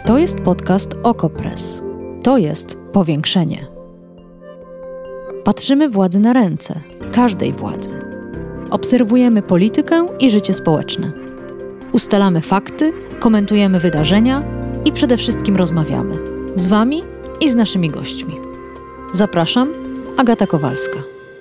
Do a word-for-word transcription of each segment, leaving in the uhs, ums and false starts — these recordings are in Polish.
To jest podcast Okopres. To jest powiększenie. Patrzymy władzy na ręce, każdej władzy. Obserwujemy politykę i życie społeczne. Ustalamy fakty, komentujemy wydarzenia i przede wszystkim rozmawiamy. Z Wami i z naszymi gośćmi. Zapraszam, Agata Kowalska.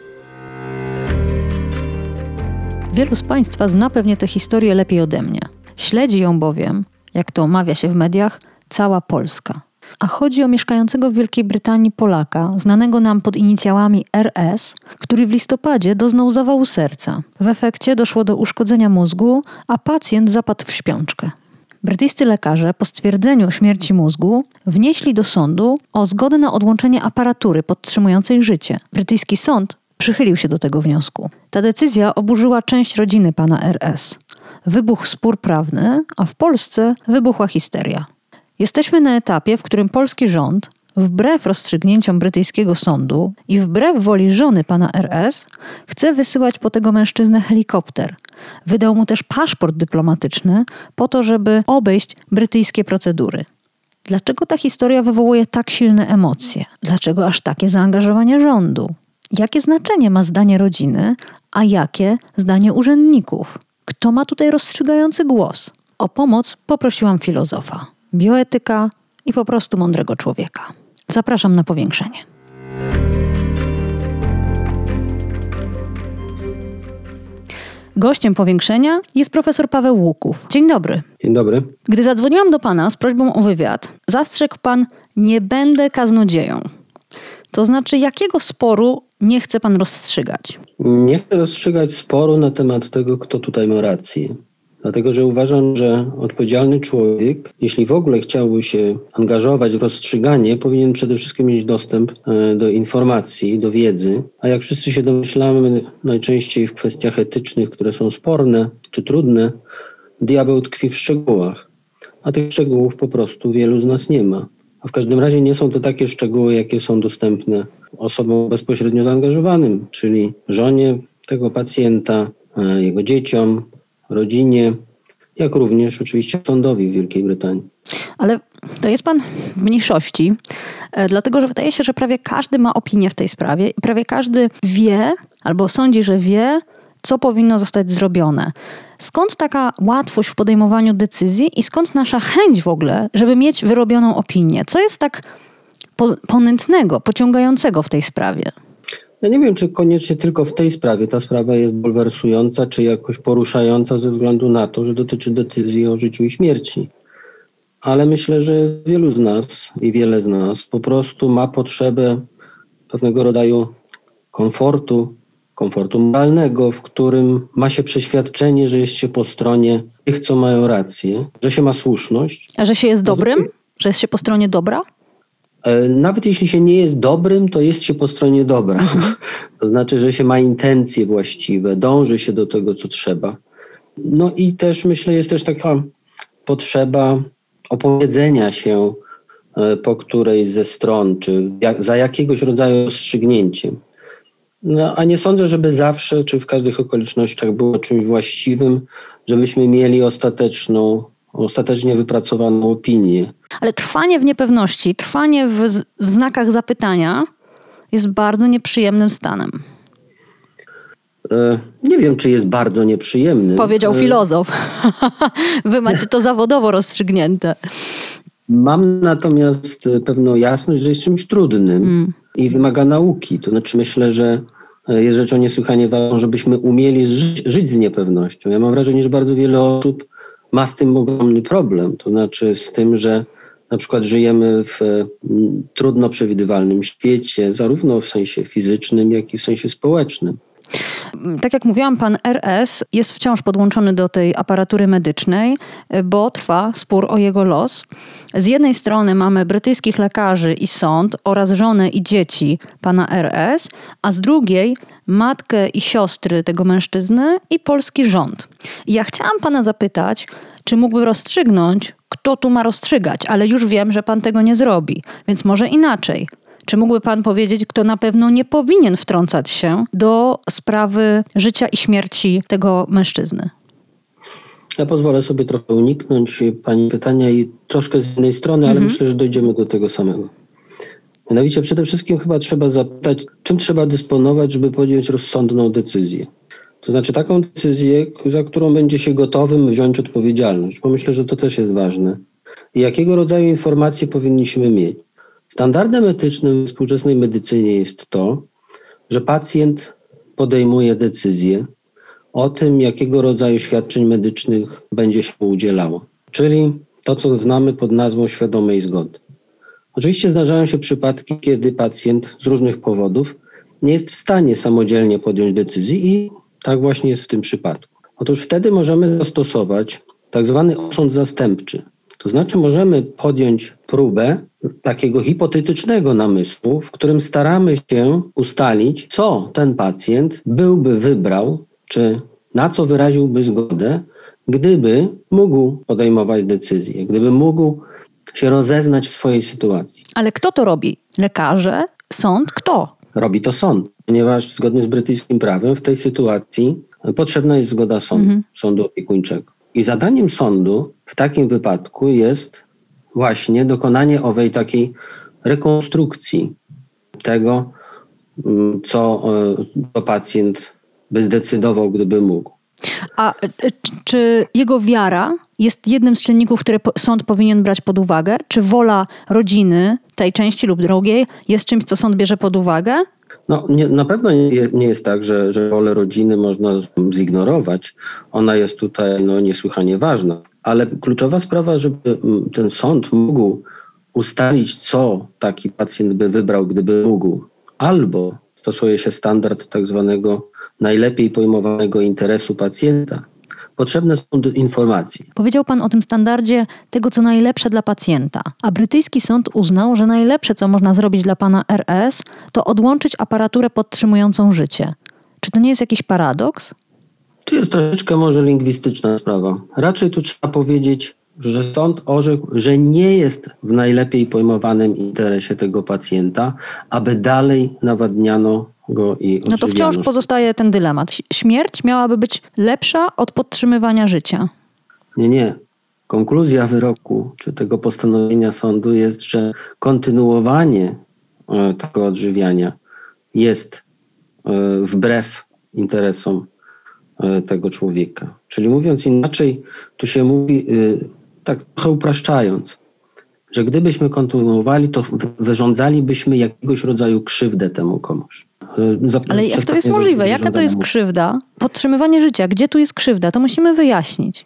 Wielu z Państwa zna pewnie tę historię lepiej ode mnie. Śledzi ją bowiem, jak to omawia się w mediach, cała Polska. A chodzi o mieszkającego w Wielkiej Brytanii Polaka, znanego nam pod inicjałami R S, który w listopadzie doznał zawału serca. W efekcie doszło do uszkodzenia mózgu, a pacjent zapadł w śpiączkę. Brytyjscy lekarze po stwierdzeniu śmierci mózgu wnieśli do sądu o zgodę na odłączenie aparatury podtrzymującej życie. Brytyjski sąd przychylił się do tego wniosku. Ta decyzja oburzyła część rodziny pana R S. Wybuchł spór prawny, a w Polsce wybuchła histeria. Jesteśmy na etapie, w którym polski rząd, wbrew rozstrzygnięciom brytyjskiego sądu i wbrew woli żony pana R S, chce wysyłać po tego mężczyznę helikopter. Wydał mu też paszport dyplomatyczny po to, żeby obejść brytyjskie procedury. Dlaczego ta historia wywołuje tak silne emocje? Dlaczego aż takie zaangażowanie rządu? Jakie znaczenie ma zdanie rodziny, a jakie zdanie urzędników? Kto ma tutaj rozstrzygający głos? O pomoc poprosiłam filozofa, bioetyka i po prostu mądrego człowieka. Zapraszam na powiększenie. Gościem powiększenia jest profesor Paweł Łuków. Dzień dobry. Dzień dobry. Gdy zadzwoniłam do pana z prośbą o wywiad, zastrzegł pan: nie będę kaznodzieją. To znaczy, jakiego sporu nie chce pan rozstrzygać? Nie chcę rozstrzygać sporu na temat tego, kto tutaj ma rację. Dlatego, że uważam, że odpowiedzialny człowiek, jeśli w ogóle chciałby się angażować w rozstrzyganie, powinien przede wszystkim mieć dostęp do informacji, do wiedzy. A jak wszyscy się domyślamy, najczęściej w kwestiach etycznych, które są sporne czy trudne, diabeł tkwi w szczegółach. A tych szczegółów po prostu wielu z nas nie ma. A w każdym razie nie są to takie szczegóły, jakie są dostępne osobom bezpośrednio zaangażowanym, czyli żonie tego pacjenta, jego dzieciom, rodzinie, jak również oczywiście sądowi w Wielkiej Brytanii. Ale to jest pan w mniejszości, dlatego że wydaje się, że prawie każdy ma opinię w tej sprawie i prawie każdy wie albo sądzi, że wie, co powinno zostać zrobione. Skąd taka łatwość w podejmowaniu decyzji i skąd nasza chęć w ogóle, żeby mieć wyrobioną opinię? Co jest tak po- ponętnego, pociągającego w tej sprawie? Ja nie wiem, czy koniecznie tylko w tej sprawie. Ta sprawa jest bulwersująca, czy jakoś poruszająca ze względu na to, że dotyczy decyzji o życiu i śmierci. Ale myślę, że wielu z nas i wiele z nas po prostu ma potrzebę pewnego rodzaju komfortu, komfortu moralnego, w którym ma się przeświadczenie, że jest się po stronie tych, co mają rację, że się ma słuszność. A że się jest dobrym? Że jest się po stronie dobra? Nawet jeśli się nie jest dobrym, to jest się po stronie dobra. To znaczy, że się ma intencje właściwe, dąży się do tego, co trzeba. No i też myślę, jest też taka potrzeba opowiedzenia się po którejś ze stron, czy za jakiegoś rodzaju rozstrzygnięciem. No, a nie sądzę, żeby zawsze, czy w każdych okolicznościach było czymś właściwym, żebyśmy mieli ostateczną, ostatecznie wypracowaną opinię. Ale trwanie w niepewności, trwanie w, w znakach zapytania jest bardzo nieprzyjemnym stanem. E, nie wiem, czy jest bardzo nieprzyjemny. Powiedział filozof. Wy macie to zawodowo rozstrzygnięte. Mam natomiast pewną jasność, że jest czymś trudnym mm. i wymaga nauki. To znaczy myślę, że jest rzeczą niesłychanie ważną, żebyśmy umieli żyć, żyć z niepewnością. Ja mam wrażenie, że bardzo wiele osób ma z tym ogromny problem. To znaczy z tym, że na przykład żyjemy w trudno przewidywalnym świecie, zarówno w sensie fizycznym, jak i w sensie społecznym. Tak jak mówiłam, pan R S jest wciąż podłączony do tej aparatury medycznej, bo trwa spór o jego los. Z jednej strony mamy brytyjskich lekarzy i sąd oraz żonę i dzieci pana R S, a z drugiej matkę i siostry tego mężczyzny i polski rząd. I ja chciałam pana zapytać, czy mógłby rozstrzygnąć, kto tu ma rozstrzygać, ale już wiem, że pan tego nie zrobi, więc może inaczej. Czy mógłby pan powiedzieć, kto na pewno nie powinien wtrącać się do sprawy życia i śmierci tego mężczyzny? Ja pozwolę sobie trochę uniknąć pani pytania i troszkę z innej strony, ale Mhm. myślę, że dojdziemy do tego samego. Mianowicie przede wszystkim chyba trzeba zapytać, czym trzeba dysponować, żeby podjąć rozsądną decyzję. To znaczy taką decyzję, za którą będzie się gotowym wziąć odpowiedzialność, bo myślę, że to też jest ważne. I jakiego rodzaju informacje powinniśmy mieć? Standardem etycznym w współczesnej medycynie jest to, że pacjent podejmuje decyzję o tym, jakiego rodzaju świadczeń medycznych będzie się mu udzielało. Czyli to, co znamy pod nazwą świadomej zgody. Oczywiście zdarzają się przypadki, kiedy pacjent z różnych powodów nie jest w stanie samodzielnie podjąć decyzji i tak właśnie jest w tym przypadku. Otóż wtedy możemy zastosować tak zwany osąd zastępczy. To znaczy możemy podjąć próbę takiego hipotetycznego namysłu, w którym staramy się ustalić, co ten pacjent byłby wybrał, czy na co wyraziłby zgodę, gdyby mógł podejmować decyzje, gdyby mógł się rozeznać w swojej sytuacji. Ale kto to robi? Lekarze? Sąd? Kto? Robi to sąd, ponieważ zgodnie z brytyjskim prawem w tej sytuacji potrzebna jest zgoda sądu, mhm. sądu opiekuńczego. I zadaniem sądu w takim wypadku jest właśnie dokonanie owej takiej rekonstrukcji tego, co, co pacjent by zdecydował, gdyby mógł. A czy jego wiara jest jednym z czynników, które sąd powinien brać pod uwagę? Czy wola rodziny, tej części lub drugiej, jest czymś, co sąd bierze pod uwagę? No, nie, na pewno nie, nie jest tak, że, że wolę rodziny można zignorować. Ona jest tutaj no, niesłychanie ważna. Ale kluczowa sprawa, żeby ten sąd mógł ustalić, co taki pacjent by wybrał, gdyby mógł, albo stosuje się standard tak zwanego najlepiej pojmowanego interesu pacjenta. Potrzebne są informacje. Powiedział pan o tym standardzie tego, co najlepsze dla pacjenta. A brytyjski sąd uznał, że najlepsze, co można zrobić dla pana R S, to odłączyć aparaturę podtrzymującą życie. Czy to nie jest jakiś paradoks? To jest troszeczkę może lingwistyczna sprawa. Raczej tu trzeba powiedzieć, że sąd orzekł, że nie jest w najlepiej pojmowanym interesie tego pacjenta, aby dalej nawadniano go i odżywiano. No to wciąż pozostaje ten dylemat. Śmierć miałaby być lepsza od podtrzymywania życia. Nie, nie. Konkluzja wyroku, czy tego postanowienia sądu jest, że kontynuowanie e, tego odżywiania jest e, wbrew interesom e, tego człowieka. Czyli mówiąc inaczej, tu się mówi, e, tak trochę upraszczając, że gdybyśmy kontynuowali, to wyrządzalibyśmy jakiegoś rodzaju krzywdę temu komuś. Ale jak to jest możliwe? Jaka to jest krzywda? Podtrzymywanie życia. Gdzie tu jest krzywda? To musimy wyjaśnić.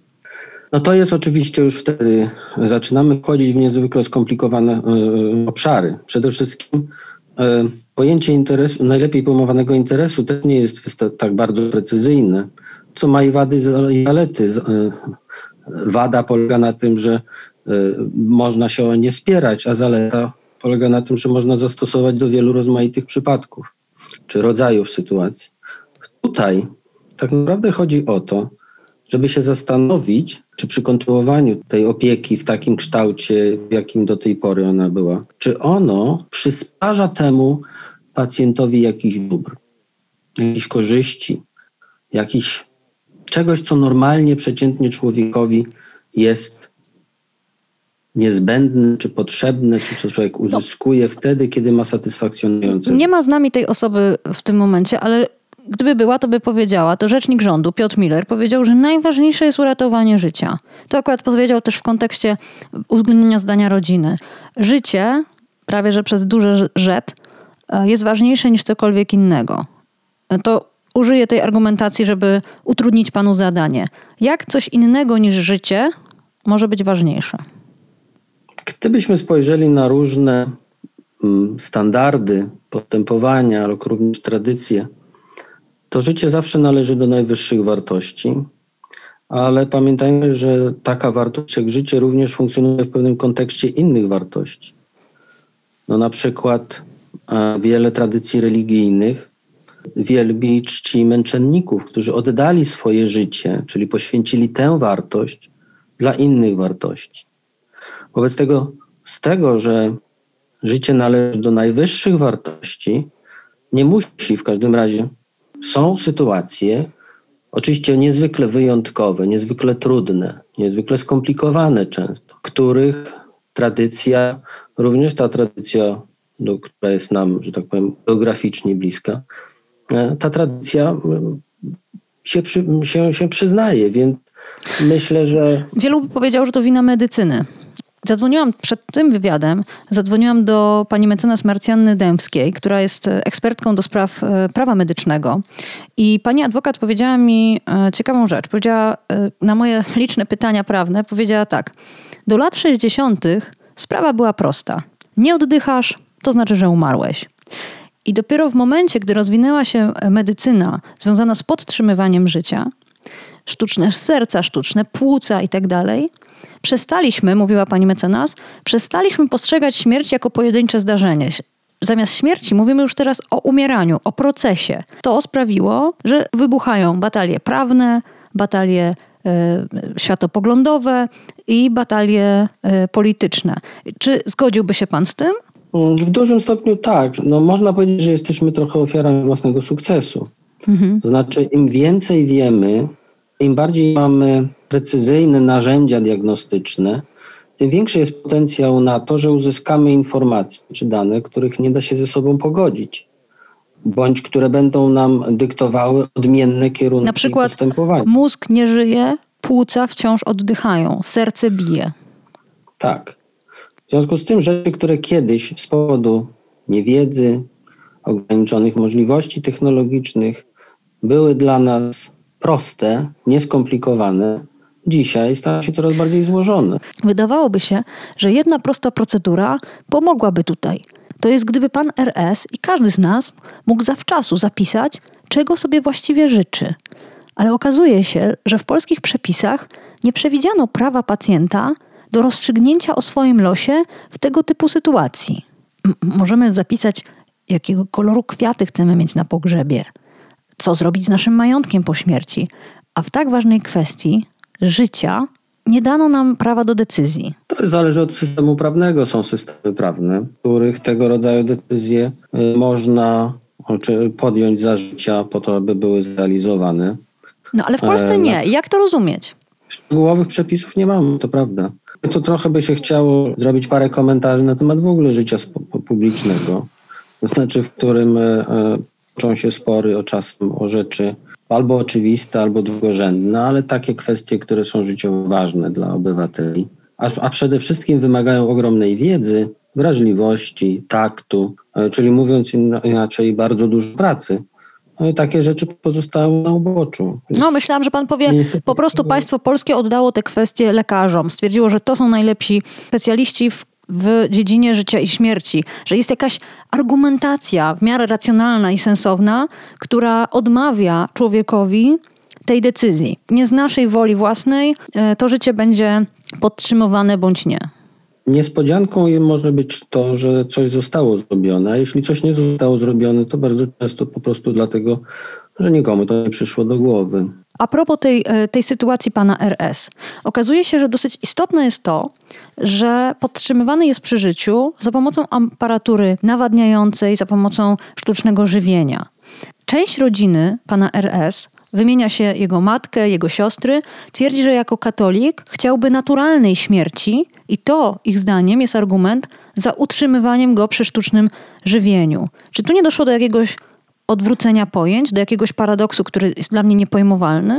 No to jest oczywiście już wtedy, zaczynamy wchodzić w niezwykle skomplikowane y, obszary. Przede wszystkim y, pojęcie interesu, najlepiej pojmowanego interesu też nie jest tak bardzo precyzyjne, co ma i wady i zalety. Y, wada polega na tym, że y, można się o nie spierać, a zaleta polega na tym, że można zastosować do wielu rozmaitych przypadków czy rodzajów sytuacji. Tutaj tak naprawdę chodzi o to, żeby się zastanowić, czy przy kontynuowaniu tej opieki w takim kształcie, w jakim do tej pory ona była, czy ono przysparza temu pacjentowi jakichś dóbr, jakichś korzyści, jakichś czegoś, co normalnie, przeciętnie człowiekowi jest niezbędne, czy potrzebne, czy co człowiek uzyskuje no. wtedy, kiedy ma satysfakcjonujące. Nie ma z nami tej osoby w tym momencie, ale gdyby była, to by powiedziała, to rzecznik rządu Piotr Miller powiedział, że najważniejsze jest uratowanie życia. To akurat powiedział też w kontekście uwzględnienia zdania rodziny. Życie, prawie że przez duże rzet, jest ważniejsze niż cokolwiek innego. To użyję tej argumentacji, żeby utrudnić panu zadanie. Jak coś innego niż życie może być ważniejsze? Gdybyśmy spojrzeli na różne standardy postępowania, ale również tradycje, to życie zawsze należy do najwyższych wartości, ale pamiętajmy, że taka wartość jak życie również funkcjonuje w pewnym kontekście innych wartości. No na przykład wiele tradycji religijnych wielbi i czci męczenników, którzy oddali swoje życie, czyli poświęcili tę wartość dla innych wartości. Wobec tego, z tego, że życie należy do najwyższych wartości, nie musi w każdym razie. Są sytuacje, oczywiście niezwykle wyjątkowe, niezwykle trudne, niezwykle skomplikowane często, których tradycja, również ta tradycja, do, która jest nam, że tak powiem, geograficznie bliska, ta tradycja się, przy, się, się przyznaje, więc myślę, że... Wielu by powiedział, że to wina medycyny. Zadzwoniłam przed tym wywiadem, zadzwoniłam do pani mecenas Marcjanny Dębskiej, która jest ekspertką do spraw prawa medycznego. I pani adwokat powiedziała mi ciekawą rzecz. Powiedziała na moje liczne pytania prawne, powiedziała tak. Do lat sześćdziesiątych sprawa była prosta. Nie oddychasz, to znaczy, że umarłeś. I dopiero w momencie, gdy rozwinęła się medycyna związana z podtrzymywaniem życia, sztuczne serca, sztuczne płuca i tak dalej, przestaliśmy, mówiła pani mecenas, przestaliśmy postrzegać śmierć jako pojedyncze zdarzenie. Zamiast śmierci mówimy już teraz o umieraniu, o procesie. To sprawiło, że wybuchają batalie prawne, batalie y, światopoglądowe i batalie y, polityczne. Czy zgodziłby się pan z tym? W dużym stopniu tak. No, można powiedzieć, że jesteśmy trochę ofiarami własnego sukcesu. Mhm. To znaczy, im więcej wiemy, im bardziej mamy precyzyjne narzędzia diagnostyczne, tym większy jest potencjał na to, że uzyskamy informacje czy dane, których nie da się ze sobą pogodzić, bądź które będą nam dyktowały odmienne kierunki na przykład postępowania. Mózg nie żyje, płuca wciąż oddychają, serce bije. Tak. W związku z tym rzeczy, które kiedyś z powodu niewiedzy, ograniczonych możliwości technologicznych były dla nas proste, nieskomplikowane, dzisiaj stają się coraz bardziej złożone. Wydawałoby się, że jedna prosta procedura pomogłaby tutaj. To jest, gdyby pan R S i każdy z nas mógł zawczasu zapisać, czego sobie właściwie życzy. Ale okazuje się, że w polskich przepisach nie przewidziano prawa pacjenta do rozstrzygnięcia o swoim losie w tego typu sytuacji. M- możemy zapisać, jakiego koloru kwiaty chcemy mieć na pogrzebie, co zrobić z naszym majątkiem po śmierci. A w tak ważnej kwestii życia nie dano nam prawa do decyzji. To zależy od systemu prawnego. Są systemy prawne, w których tego rodzaju decyzje można podjąć za życia po to, aby były zrealizowane. No ale w Polsce nie. Jak to rozumieć? Szczegółowych przepisów nie mamy, to prawda. To trochę by się chciało zrobić parę komentarzy na temat w ogóle życia publicznego. To znaczy, w którym toczą się spory o czasem o rzeczy albo oczywiste, albo drugorzędne, ale takie kwestie, które są życiowo ważne dla obywateli, a, a przede wszystkim wymagają ogromnej wiedzy, wrażliwości, taktu, czyli mówiąc inaczej, bardzo dużo pracy. No i takie rzeczy pozostały na uboczu. No myślałam, że pan powie, po prostu państwo polskie oddało te kwestie lekarzom. Stwierdziło, że to są najlepsi specjaliści w w dziedzinie życia i śmierci, że jest jakaś argumentacja w miarę racjonalna i sensowna, która odmawia człowiekowi tej decyzji. Nie z naszej woli własnej to życie będzie podtrzymywane bądź nie. Niespodzianką może być to, że coś zostało zrobione, a jeśli coś nie zostało zrobione, to bardzo często po prostu dlatego, że nikomu to nie przyszło do głowy. A propos tej, tej sytuacji pana R S. Okazuje się, że dosyć istotne jest to, że podtrzymywany jest przy życiu za pomocą aparatury nawadniającej, za pomocą sztucznego żywienia. Część rodziny pana R S, wymienia się jego matkę, jego siostry, twierdzi, że jako katolik chciałby naturalnej śmierci i to, ich zdaniem, jest argument za utrzymywaniem go przy sztucznym żywieniu. Czy tu nie doszło do jakiegoś odwrócenia pojęć, do jakiegoś paradoksu, który jest dla mnie niepojmowalny?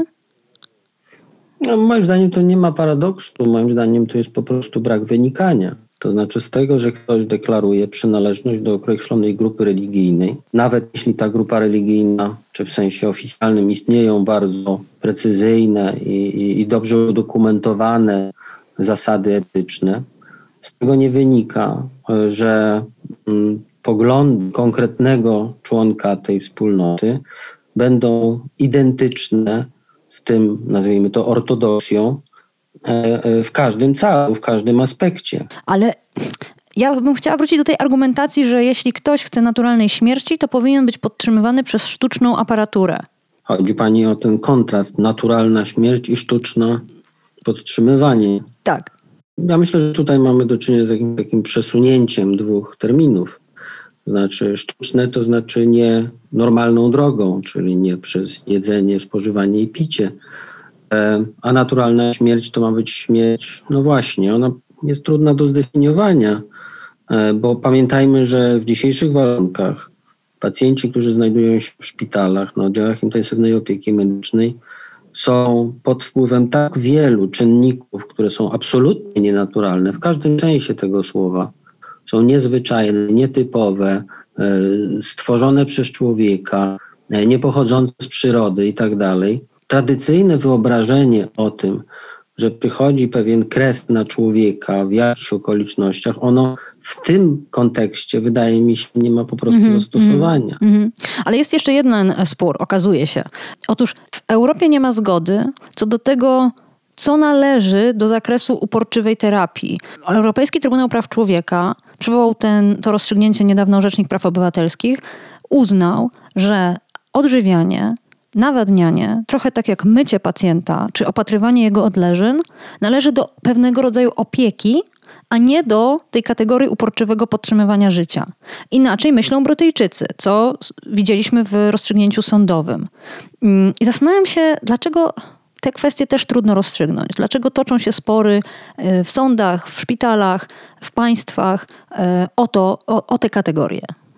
No, moim zdaniem to nie ma paradoksu. Moim zdaniem to jest po prostu brak wynikania. To znaczy z tego, że ktoś deklaruje przynależność do określonej grupy religijnej, nawet jeśli ta grupa religijna, czy w sensie oficjalnym istnieją bardzo precyzyjne i, i, i dobrze udokumentowane zasady etyczne, z tego nie wynika, że mm, poglądy konkretnego członka tej wspólnoty będą identyczne z tym, nazwijmy to, ortodoksją w każdym calu, w każdym aspekcie. Ale ja bym chciała wrócić do tej argumentacji, że jeśli ktoś chce naturalnej śmierci, to powinien być podtrzymywany przez sztuczną aparaturę. Chodzi pani o ten kontrast, naturalna śmierć i sztuczne podtrzymywanie. Tak. Ja myślę, że tutaj mamy do czynienia z jakimś takim przesunięciem dwóch terminów. Znaczy sztuczne to znaczy nie normalną drogą, czyli nie przez jedzenie, spożywanie i picie. A naturalna śmierć to ma być śmierć, no właśnie, ona jest trudna do zdefiniowania, bo pamiętajmy, że w dzisiejszych warunkach pacjenci, którzy znajdują się w szpitalach, na oddziałach intensywnej opieki medycznej, są pod wpływem tak wielu czynników, które są absolutnie nienaturalne w każdym sensie tego słowa. Są niezwyczajne, nietypowe, stworzone przez człowieka, niepochodzące z przyrody i tak dalej. Tradycyjne wyobrażenie o tym, że przychodzi pewien kres na człowieka w jakichś okolicznościach, ono w tym kontekście, wydaje mi się, nie ma po prostu mm-hmm, zastosowania. Mm-hmm. Ale jest jeszcze jeden spór, okazuje się. Otóż w Europie nie ma zgody co do tego, co należy do zakresu uporczywej terapii. Europejski Trybunał Praw Człowieka przywołał ten, to rozstrzygnięcie niedawno Rzecznik Praw Obywatelskich, uznał, że odżywianie, nawadnianie, trochę tak jak mycie pacjenta czy opatrywanie jego odleżyn, należy do pewnego rodzaju opieki, a nie do tej kategorii uporczywego podtrzymywania życia. Inaczej myślą Brytyjczycy, co widzieliśmy w rozstrzygnięciu sądowym. I zastanawiam się, dlaczego te kwestie też trudno rozstrzygnąć. Dlaczego toczą się spory w sądach, w szpitalach, w państwach o, to, o, o te kategorie.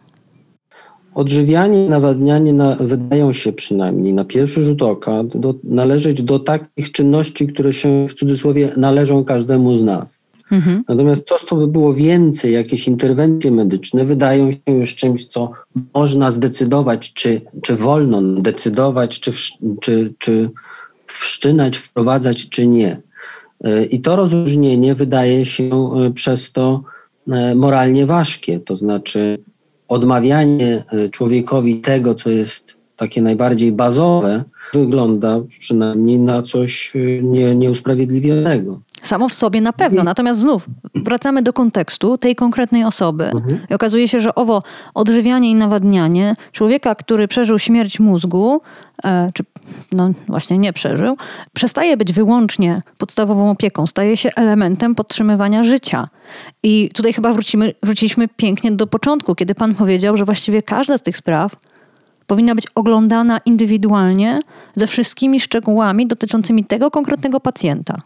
Odżywianie i nawadnianie na, wydają się przynajmniej na pierwszy rzut oka do, należeć do takich czynności, które się w cudzysłowie należą każdemu z nas. Mhm. Natomiast to, co by było więcej, jakieś interwencje medyczne, wydają się już czymś, co można zdecydować, czy, czy wolno decydować, czy, czy, czy wszczynać, wprowadzać, czy nie. I to rozróżnienie wydaje się przez to moralnie ważkie, to znaczy odmawianie człowiekowi tego, co jest takie najbardziej bazowe, wygląda przynajmniej na coś nie, nieusprawiedliwionego. Samo w sobie na pewno, natomiast znów wracamy do kontekstu tej konkretnej osoby mhm. i okazuje się, że owo odżywianie i nawadnianie człowieka, który przeżył śmierć mózgu, e, czy no właśnie nie przeżył, przestaje być wyłącznie podstawową opieką, staje się elementem podtrzymywania życia. I tutaj chyba wrócimy, wróciliśmy pięknie do początku, kiedy pan powiedział, że właściwie każda z tych spraw powinna być oglądana indywidualnie ze wszystkimi szczegółami dotyczącymi tego konkretnego pacjenta.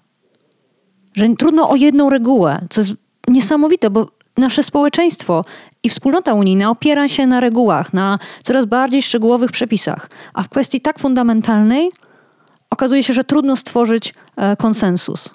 Że trudno o jedną regułę, co jest niesamowite, bo nasze społeczeństwo i wspólnota unijna opiera się na regułach, na coraz bardziej szczegółowych przepisach. A w kwestii tak fundamentalnej okazuje się, że trudno stworzyć e, konsensus.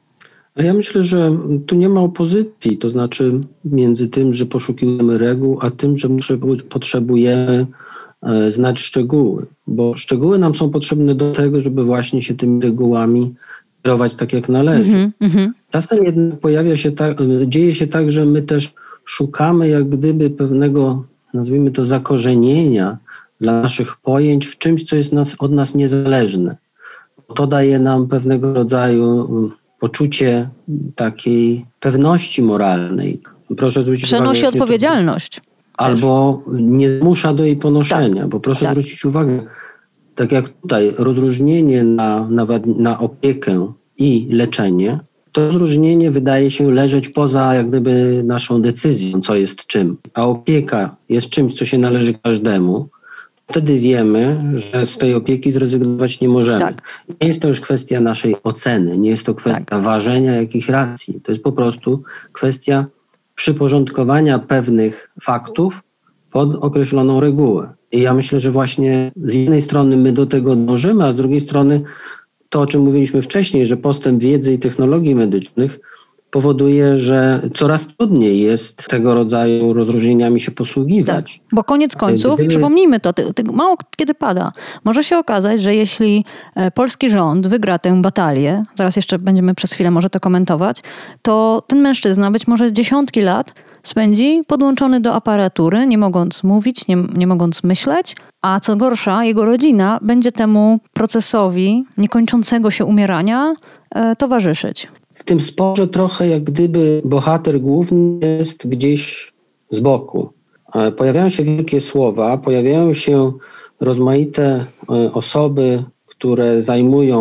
A ja myślę, że tu nie ma opozycji, to znaczy między tym, że poszukiwamy reguł, a tym, że potrzebujemy e, znać szczegóły. Bo szczegóły nam są potrzebne do tego, żeby właśnie się tymi regułami kierować tak, jak należy. Mm-hmm. Czasem jednak pojawia się tak, dzieje się tak, że my też szukamy jak gdyby pewnego, nazwijmy to, zakorzenienia dla naszych pojęć w czymś, co jest nas, od nas niezależne. To daje nam pewnego rodzaju poczucie takiej pewności moralnej. Proszę zwrócić Przenosi uwagę, odpowiedzialność. To, albo nie zmusza do jej ponoszenia, tak, bo proszę tak. zwrócić uwagę, tak jak tutaj rozróżnienie na, na, na opiekę i leczenie, to rozróżnienie wydaje się leżeć poza jak gdyby naszą decyzją, co jest czym. A opieka jest czymś, co się należy każdemu. Wtedy wiemy, że z tej opieki zrezygnować nie możemy. Tak. Nie jest to już kwestia naszej oceny, nie jest to kwestia tak. ważenia jakichś racji. To jest po prostu kwestia przyporządkowania pewnych faktów pod określoną regułę. I ja myślę, że właśnie z jednej strony my do tego dążymy, a z drugiej strony to, o czym mówiliśmy wcześniej, że postęp wiedzy i technologii medycznych powoduje, że coraz trudniej jest tego rodzaju rozróżnieniami się posługiwać. Tak, bo koniec końców, Gdyby... przypomnijmy to, ty, ty, mało kiedy pada, może się okazać, że jeśli polski rząd wygra tę batalię, zaraz jeszcze będziemy przez chwilę może to komentować, to ten mężczyzna być może dziesiątki lat spędzi podłączony do aparatury, nie mogąc mówić, nie, nie mogąc myśleć, a co gorsza, jego rodzina będzie temu procesowi niekończącego się umierania e, towarzyszyć. W tym sporze trochę jak gdyby bohater główny jest gdzieś z boku. Pojawiają się wielkie słowa, pojawiają się rozmaite osoby, które zajmują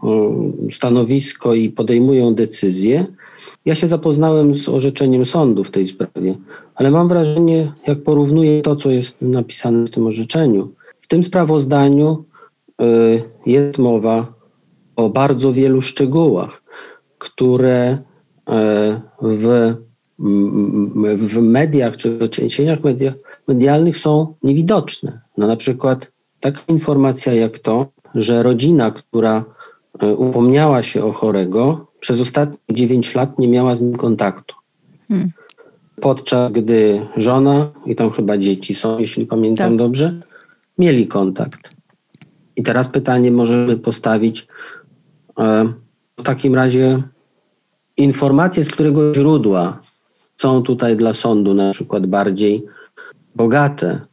stanowisko i podejmują decyzje. Ja się zapoznałem z orzeczeniem sądu w tej sprawie, ale mam wrażenie, jak porównuję to, co jest napisane w tym orzeczeniu, w tym sprawozdaniu jest mowa o bardzo wielu szczegółach, które w, w mediach czy w doniesieniach media, medialnych są niewidoczne. No na przykład taka informacja jak to, że rodzina, która upomniała się o chorego, przez ostatnie dziewięć lat nie miała z nim kontaktu. Hmm. Podczas gdy żona i tam chyba dzieci są, jeśli pamiętam tak. dobrze, mieli kontakt. I teraz pytanie możemy postawić e, w takim razie informacje, z którego źródła są tutaj dla sądu na przykład bardziej bogate,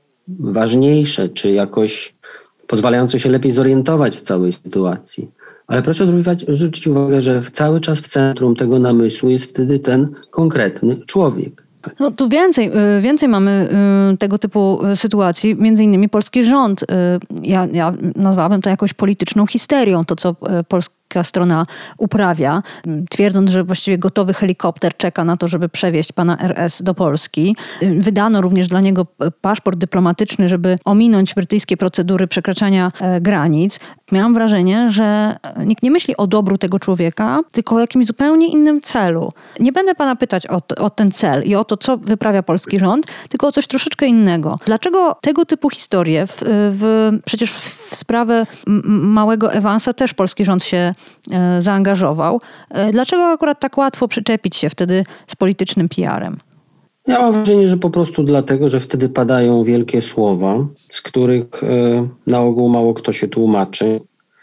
ważniejsze, czy jakoś pozwalające się lepiej zorientować w całej sytuacji. Ale proszę zwrócić, zwrócić uwagę, że cały czas w centrum tego namysłu jest wtedy ten konkretny człowiek. No tu więcej, więcej mamy tego typu sytuacji, między innymi polski rząd. Ja, ja nazwałabym to jakąś polityczną histerią, to co polska strona uprawia, twierdząc, że właściwie gotowy helikopter czeka na to, żeby przewieźć pana R S do Polski. Wydano również dla niego paszport dyplomatyczny, żeby ominąć brytyjskie procedury przekraczania granic. Miałam wrażenie, że nikt nie myśli o dobru tego człowieka, tylko o jakimś zupełnie innym celu. Nie będę pana pytać o, o ten cel i o to, co wyprawia polski rząd, tylko o coś troszeczkę innego. Dlaczego tego typu historie, w, w, przecież w sprawę małego Evansa też polski rząd się e, zaangażował. E, dlaczego akurat tak łatwo przyczepić się wtedy z politycznym P R-em? Ja mam wrażenie, że po prostu dlatego, że wtedy padają wielkie słowa, z których e, na ogół mało kto się tłumaczy.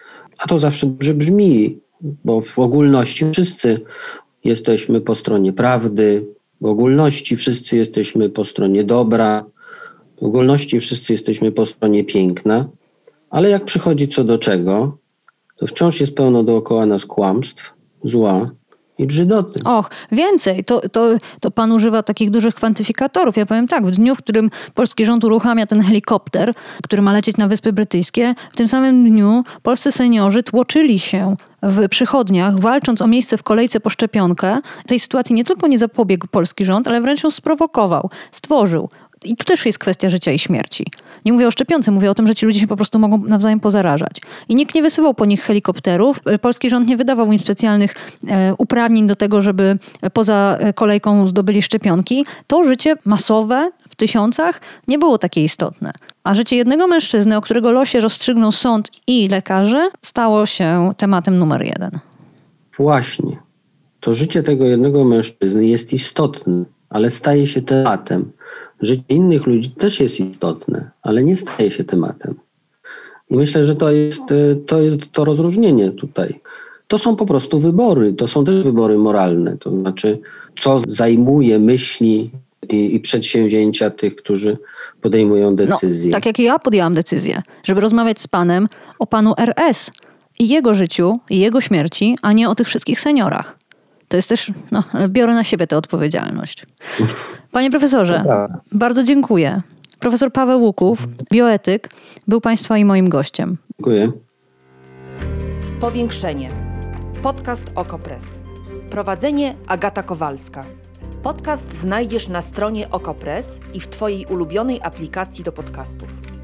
A to zawsze dobrze brzmi, bo w ogólności wszyscy jesteśmy po stronie prawdy, w ogólności wszyscy jesteśmy po stronie dobra, w ogólności wszyscy jesteśmy po stronie piękna, ale jak przychodzi co do czego, to wciąż jest pełno dookoła nas kłamstw, zła i brzydoty. Och, więcej. To, to, to pan używa takich dużych kwantyfikatorów. Ja powiem tak, w dniu, w którym polski rząd uruchamia ten helikopter, który ma lecieć na Wyspy Brytyjskie, w tym samym dniu polscy seniorzy tłoczyli się w przychodniach, walcząc o miejsce w kolejce po szczepionkę. Tej sytuacji nie tylko nie zapobiegł polski rząd, ale wręcz ją sprowokował, stworzył. I tu też jest kwestia życia i śmierci. Nie mówię o szczepionce, mówię o tym, że ci ludzie się po prostu mogą nawzajem pozarażać. I nikt nie wysyłał po nich helikopterów. Polski rząd nie wydawał im specjalnych e, uprawnień do tego, żeby poza kolejką zdobyli szczepionki. To życie masowe w tysiącach nie było takie istotne. A życie jednego mężczyzny, o którego losie rozstrzygnął sąd i lekarze, stało się tematem numer jeden. Właśnie. To życie tego jednego mężczyzny jest istotne, ale staje się tematem. Życie innych ludzi też jest istotne, ale nie staje się tematem. I myślę, że to jest to, jest to rozróżnienie tutaj. To są po prostu wybory, to są też wybory moralne. To znaczy, co zajmuje myśli i, i przedsięwzięcia tych, którzy podejmują decyzje. No, tak jak ja podjęłam decyzję, żeby rozmawiać z panem o panu R S i jego życiu, i jego śmierci, a nie o tych wszystkich seniorach. To jest też, no, biorę na siebie tę odpowiedzialność. Panie profesorze, bardzo dziękuję. Profesor Paweł Łuków, bioetyk, był państwa i moim gościem. Dziękuję. Powiększenie. Podcast Okopres. Prowadzenie Agata Kowalska. Podcast znajdziesz na stronie Okopres i w twojej ulubionej aplikacji do podcastów.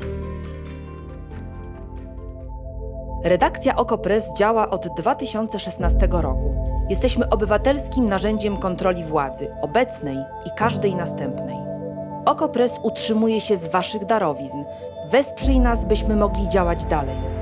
Redakcja Okopres działa od dwa tysiące szesnastego roku. Jesteśmy obywatelskim narzędziem kontroli władzy, obecnej i każdej następnej. Okopres utrzymuje się z waszych darowizn. Wesprzyj nas, byśmy mogli działać dalej.